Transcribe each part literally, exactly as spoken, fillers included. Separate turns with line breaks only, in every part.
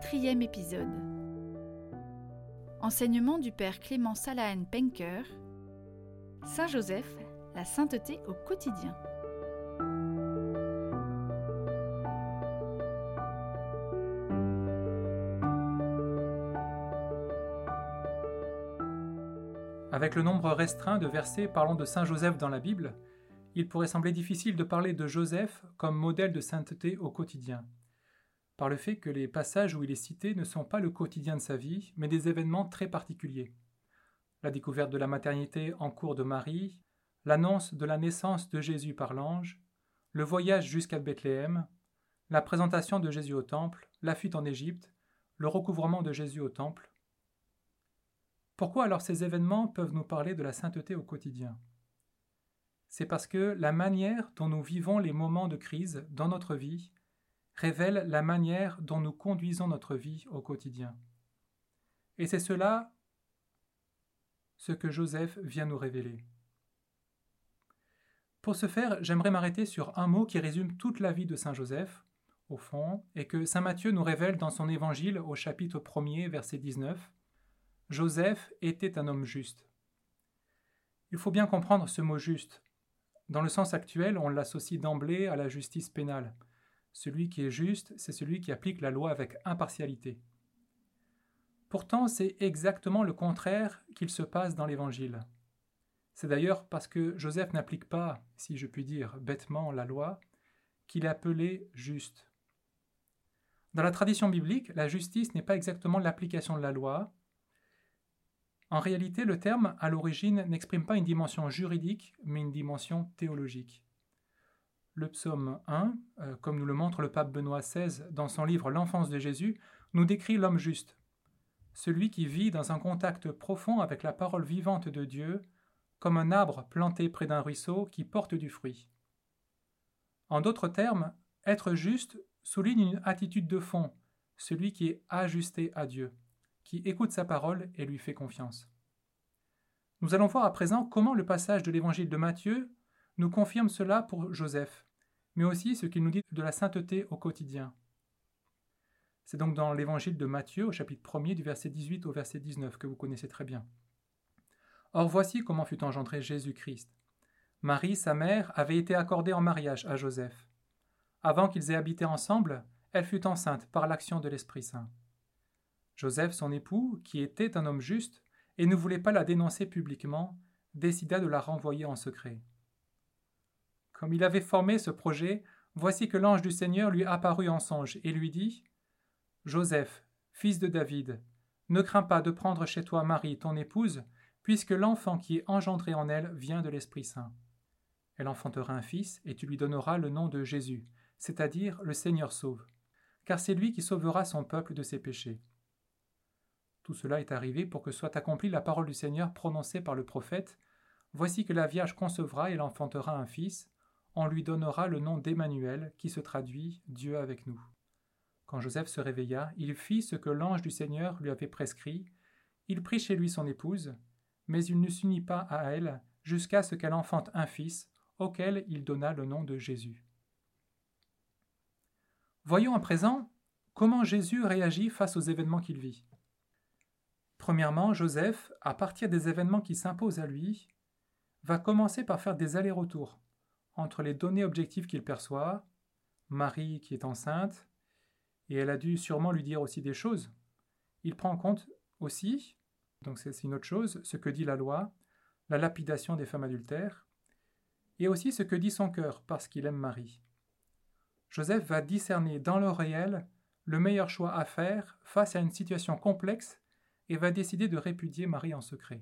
Quatrième épisode. Enseignement du Père Clément Salahen Penker. Saint Joseph, la sainteté au quotidien.
Avec le nombre restreint de versets parlant de Saint Joseph dans la Bible, il pourrait sembler difficile de parler de Joseph comme modèle de sainteté au quotidien, par le fait que les passages où il est cité ne sont pas le quotidien de sa vie, mais des événements très particuliers. La découverte de la maternité en cours de Marie, l'annonce de la naissance de Jésus par l'ange, le voyage jusqu'à Bethléem, la présentation de Jésus au temple, la fuite en Égypte, le recouvrement de Jésus au temple. Pourquoi alors ces événements peuvent nous parler de la sainteté au quotidien ? C'est parce que la manière dont nous vivons les moments de crise dans notre vie révèle la manière dont nous conduisons notre vie au quotidien. Et c'est cela ce que Joseph vient nous révéler. Pour ce faire, j'aimerais m'arrêter sur un mot qui résume toute la vie de Saint Joseph, au fond, et que Saint Matthieu nous révèle dans son évangile au chapitre premier, verset dix-neuf. Joseph était un homme juste. Il faut bien comprendre ce mot juste. Dans le sens actuel, on l'associe d'emblée à la justice pénale. Celui qui est juste, c'est celui qui applique la loi avec impartialité. Pourtant, c'est exactement le contraire qu'il se passe dans l'Évangile. C'est d'ailleurs parce que Joseph n'applique pas, si je puis dire, bêtement la loi, qu'il est appelé juste. Dans la tradition biblique, la justice n'est pas exactement l'application de la loi. En réalité, le terme, à l'origine, n'exprime pas une dimension juridique, mais une dimension théologique. Le psaume un, euh, comme nous le montre le pape Benoît seize dans son livre L'enfance de Jésus, nous décrit l'homme juste, celui qui vit dans un contact profond avec la parole vivante de Dieu, comme un arbre planté près d'un ruisseau qui porte du fruit. En d'autres termes, être juste souligne une attitude de fond, celui qui est ajusté à Dieu, qui écoute sa parole et lui fait confiance. Nous allons voir à présent comment le passage de l'évangile de Matthieu nous confirme cela pour Joseph, mais aussi ce qu'il nous dit de la sainteté au quotidien. C'est donc dans l'évangile de Matthieu, au chapitre premier, du verset dix-huit au verset dix-neuf, que vous connaissez très bien. Or voici comment fut engendré Jésus-Christ. Marie, sa mère, avait été accordée en mariage à Joseph. Avant qu'ils aient habité ensemble, elle fut enceinte par l'action de l'Esprit Saint. Joseph, son époux, qui était un homme juste, et ne voulait pas la dénoncer publiquement, décida de la renvoyer en secret. Comme il avait formé ce projet, voici que l'ange du Seigneur lui apparut en songe et lui dit « Joseph, fils de David, ne crains pas de prendre chez toi Marie, ton épouse, puisque l'enfant qui est engendré en elle vient de l'Esprit Saint. Elle enfantera un fils, et tu lui donneras le nom de Jésus, c'est-à-dire le Seigneur sauve, car c'est lui qui sauvera son peuple de ses péchés. » Tout cela est arrivé pour que soit accomplie la parole du Seigneur prononcée par le prophète. Voici que la Vierge concevra et l'enfantera un fils. On lui donnera le nom d'Emmanuel, qui se traduit « Dieu avec nous ». Quand Joseph se réveilla, il fit ce que l'ange du Seigneur lui avait prescrit. Il prit chez lui son épouse, mais il ne s'unit pas à elle jusqu'à ce qu'elle enfante un fils, auquel il donna le nom de Jésus. Voyons à présent comment Jésus réagit face aux événements qu'il vit. Premièrement, Joseph, à partir des événements qui s'imposent à lui, va commencer par faire des allers-retours entre les données objectives qu'il perçoit, Marie qui est enceinte, et elle a dû sûrement lui dire aussi des choses. Il prend en compte aussi, donc c'est une autre chose, ce que dit la loi, la lapidation des femmes adultères, et aussi ce que dit son cœur parce qu'il aime Marie. Joseph va discerner dans le réel le meilleur choix à faire face à une situation complexe et va décider de répudier Marie en secret.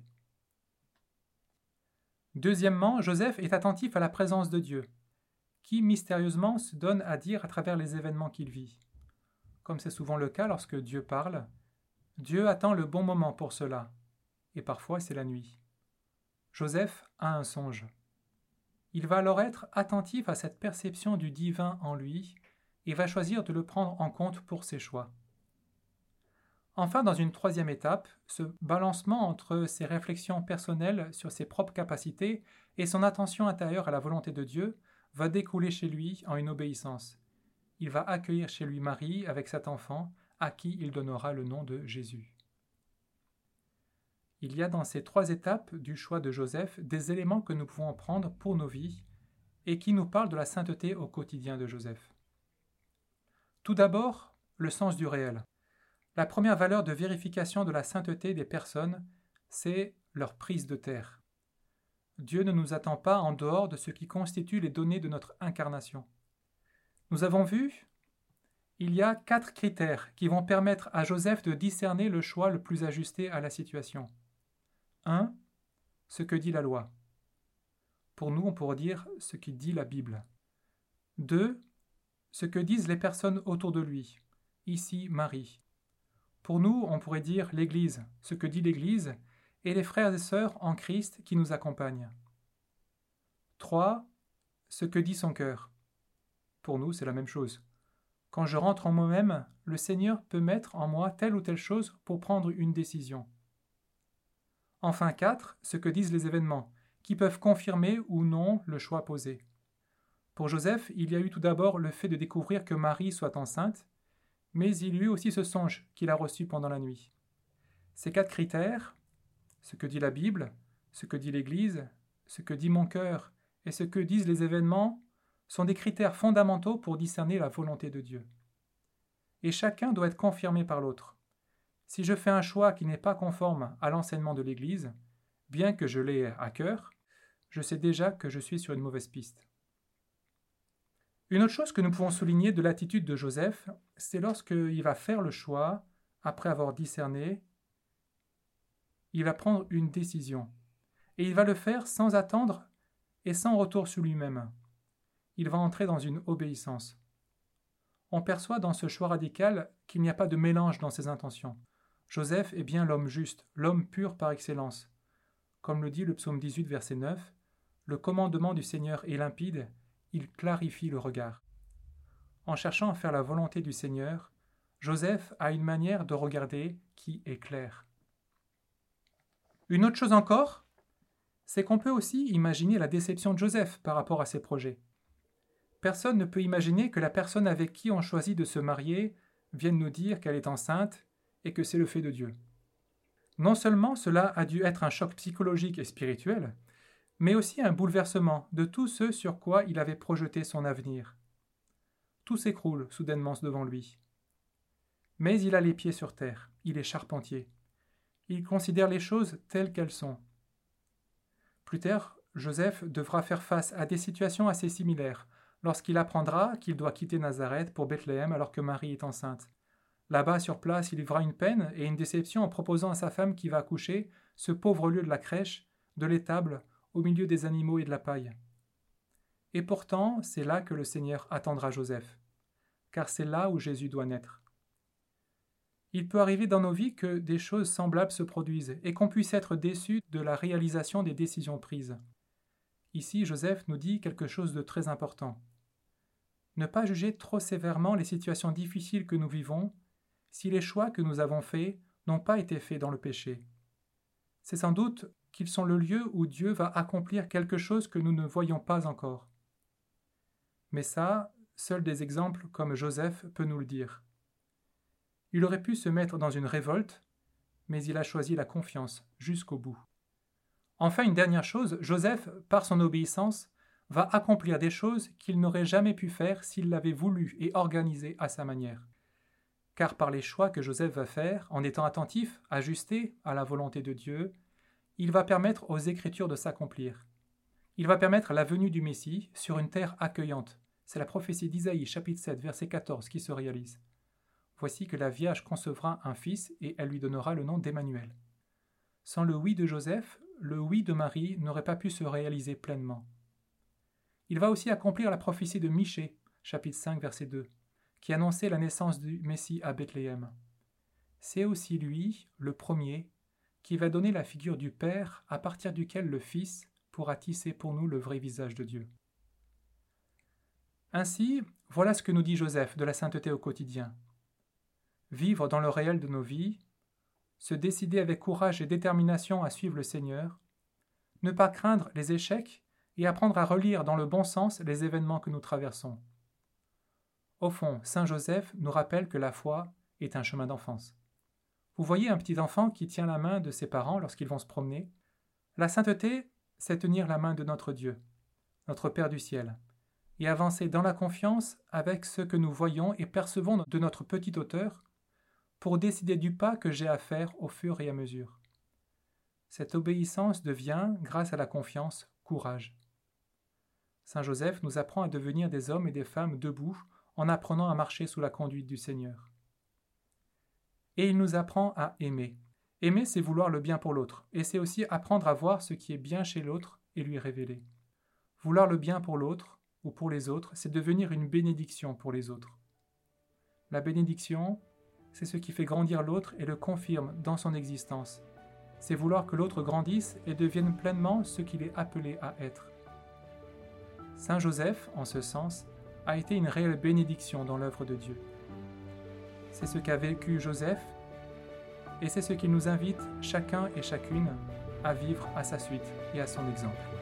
Deuxièmement, Joseph est attentif à la présence de Dieu, qui mystérieusement se donne à dire à travers les événements qu'il vit. Comme c'est souvent le cas lorsque Dieu parle, Dieu attend le bon moment pour cela, et parfois c'est la nuit. Joseph a un songe. Il va alors être attentif à cette perception du divin en lui et va choisir de le prendre en compte pour ses choix. Enfin, dans une troisième étape, ce balancement entre ses réflexions personnelles sur ses propres capacités et son attention intérieure à la volonté de Dieu va découler chez lui en une obéissance. Il va accueillir chez lui Marie avec cet enfant, à qui il donnera le nom de Jésus. Il y a dans ces trois étapes du choix de Joseph des éléments que nous pouvons prendre pour nos vies et qui nous parlent de la sainteté au quotidien de Joseph. Tout d'abord, le sens du réel. La première valeur de vérification de la sainteté des personnes, c'est leur prise de terre. Dieu ne nous attend pas en dehors de ce qui constitue les données de notre incarnation. Nous avons vu, il y a quatre critères qui vont permettre à Joseph de discerner le choix le plus ajusté à la situation. un. Ce que dit la loi. Pour nous, on pourrait dire ce qui dit la Bible. deux. Ce que disent les personnes autour de lui. Ici, Marie. Pour nous, on pourrait dire l'Église, ce que dit l'Église, et les frères et sœurs en Christ qui nous accompagnent. trois. Ce que dit son cœur. Pour nous, c'est la même chose. Quand je rentre en moi-même, le Seigneur peut mettre en moi telle ou telle chose pour prendre une décision. Enfin, quatre. Ce que disent les événements, qui peuvent confirmer ou non le choix posé. Pour Joseph, il y a eu tout d'abord le fait de découvrir que Marie soit enceinte, mais il y a eu aussi ce songe qu'il a reçu pendant la nuit. Ces quatre critères, ce que dit la Bible, ce que dit l'Église, ce que dit mon cœur et ce que disent les événements, sont des critères fondamentaux pour discerner la volonté de Dieu. Et chacun doit être confirmé par l'autre. Si je fais un choix qui n'est pas conforme à l'enseignement de l'Église, bien que je l'ai à cœur, je sais déjà que je suis sur une mauvaise piste. Une autre chose que nous pouvons souligner de l'attitude de Joseph, c'est lorsqu'il va faire le choix, après avoir discerné, il va prendre une décision. Et il va le faire sans attendre et sans retour sur lui-même. Il va entrer dans une obéissance. On perçoit dans ce choix radical qu'il n'y a pas de mélange dans ses intentions. Joseph est bien l'homme juste, l'homme pur par excellence. Comme le dit le psaume dix-huit, verset neuf, « Le commandement du Seigneur est limpide, il clarifie le regard. » En cherchant à faire la volonté du Seigneur, Joseph a une manière de regarder qui est claire. Une autre chose encore, c'est qu'on peut aussi imaginer la déception de Joseph par rapport à ses projets. Personne ne peut imaginer que la personne avec qui on choisit de se marier vienne nous dire qu'elle est enceinte et que c'est le fait de Dieu. Non seulement cela a dû être un choc psychologique et spirituel, mais aussi un bouleversement de tout ce sur quoi il avait projeté son avenir. Tout s'écroule soudainement devant lui. Mais il a les pieds sur terre, il est charpentier. Il considère les choses telles qu'elles sont. Plus tard, Joseph devra faire face à des situations assez similaires, lorsqu'il apprendra qu'il doit quitter Nazareth pour Bethléem alors que Marie est enceinte. Là-bas, sur place, il vivra une peine et une déception en proposant à sa femme qui va accoucher ce pauvre lieu de la crèche, de l'étable, au milieu des animaux et de la paille. Et pourtant, c'est là que le Seigneur attendra Joseph, car c'est là où Jésus doit naître. Il peut arriver dans nos vies que des choses semblables se produisent et qu'on puisse être déçu de la réalisation des décisions prises. Ici, Joseph nous dit quelque chose de très important. Ne pas juger trop sévèrement les situations difficiles que nous vivons si les choix que nous avons faits n'ont pas été faits dans le péché. C'est sans doute qu'ils sont le lieu où Dieu va accomplir quelque chose que nous ne voyons pas encore. Mais ça, seuls des exemples comme Joseph peut nous le dire. Il aurait pu se mettre dans une révolte, mais il a choisi la confiance jusqu'au bout. Enfin, une dernière chose, Joseph, par son obéissance, va accomplir des choses qu'il n'aurait jamais pu faire s'il l'avait voulu et organisé à sa manière. Car par les choix que Joseph va faire, en étant attentif, ajusté à la volonté de Dieu, il va permettre aux Écritures de s'accomplir. Il va permettre la venue du Messie sur une terre accueillante. C'est la prophétie d'Isaïe, chapitre sept, verset quatorze, qui se réalise. Voici que la Vierge concevra un fils et elle lui donnera le nom d'Emmanuel. Sans le oui de Joseph, le oui de Marie n'aurait pas pu se réaliser pleinement. Il va aussi accomplir la prophétie de Michée, chapitre cinq, verset deux, qui annonçait la naissance du Messie à Bethléem. C'est aussi lui, le premier, qui va donner la figure du Père à partir duquel le Fils pourra tisser pour nous le vrai visage de Dieu. Ainsi, voilà ce que nous dit Joseph de la sainteté au quotidien. Vivre dans le réel de nos vies, se décider avec courage et détermination à suivre le Seigneur, ne pas craindre les échecs et apprendre à relire dans le bon sens les événements que nous traversons. Au fond, Saint Joseph nous rappelle que la foi est un chemin d'enfance. Vous voyez un petit enfant qui tient la main de ses parents lorsqu'ils vont se promener? La sainteté, c'est tenir la main de notre Dieu, notre Père du ciel, et avancer dans la confiance avec ce que nous voyons et percevons de notre petit auteur pour décider du pas que j'ai à faire au fur et à mesure. Cette obéissance devient, grâce à la confiance, courage. Saint Joseph nous apprend à devenir des hommes et des femmes debout en apprenant à marcher sous la conduite du Seigneur. Et il nous apprend à aimer. Aimer, c'est vouloir le bien pour l'autre, et c'est aussi apprendre à voir ce qui est bien chez l'autre et lui révéler. Vouloir le bien pour l'autre ou pour les autres, c'est devenir une bénédiction pour les autres. La bénédiction, c'est ce qui fait grandir l'autre et le confirme dans son existence. C'est vouloir que l'autre grandisse et devienne pleinement ce qu'il est appelé à être. Saint Joseph, en ce sens, a été une réelle bénédiction dans l'œuvre de Dieu. C'est ce qu'a vécu Joseph, et c'est ce qu'il nous invite, chacun et chacune, à vivre à sa suite et à son exemple.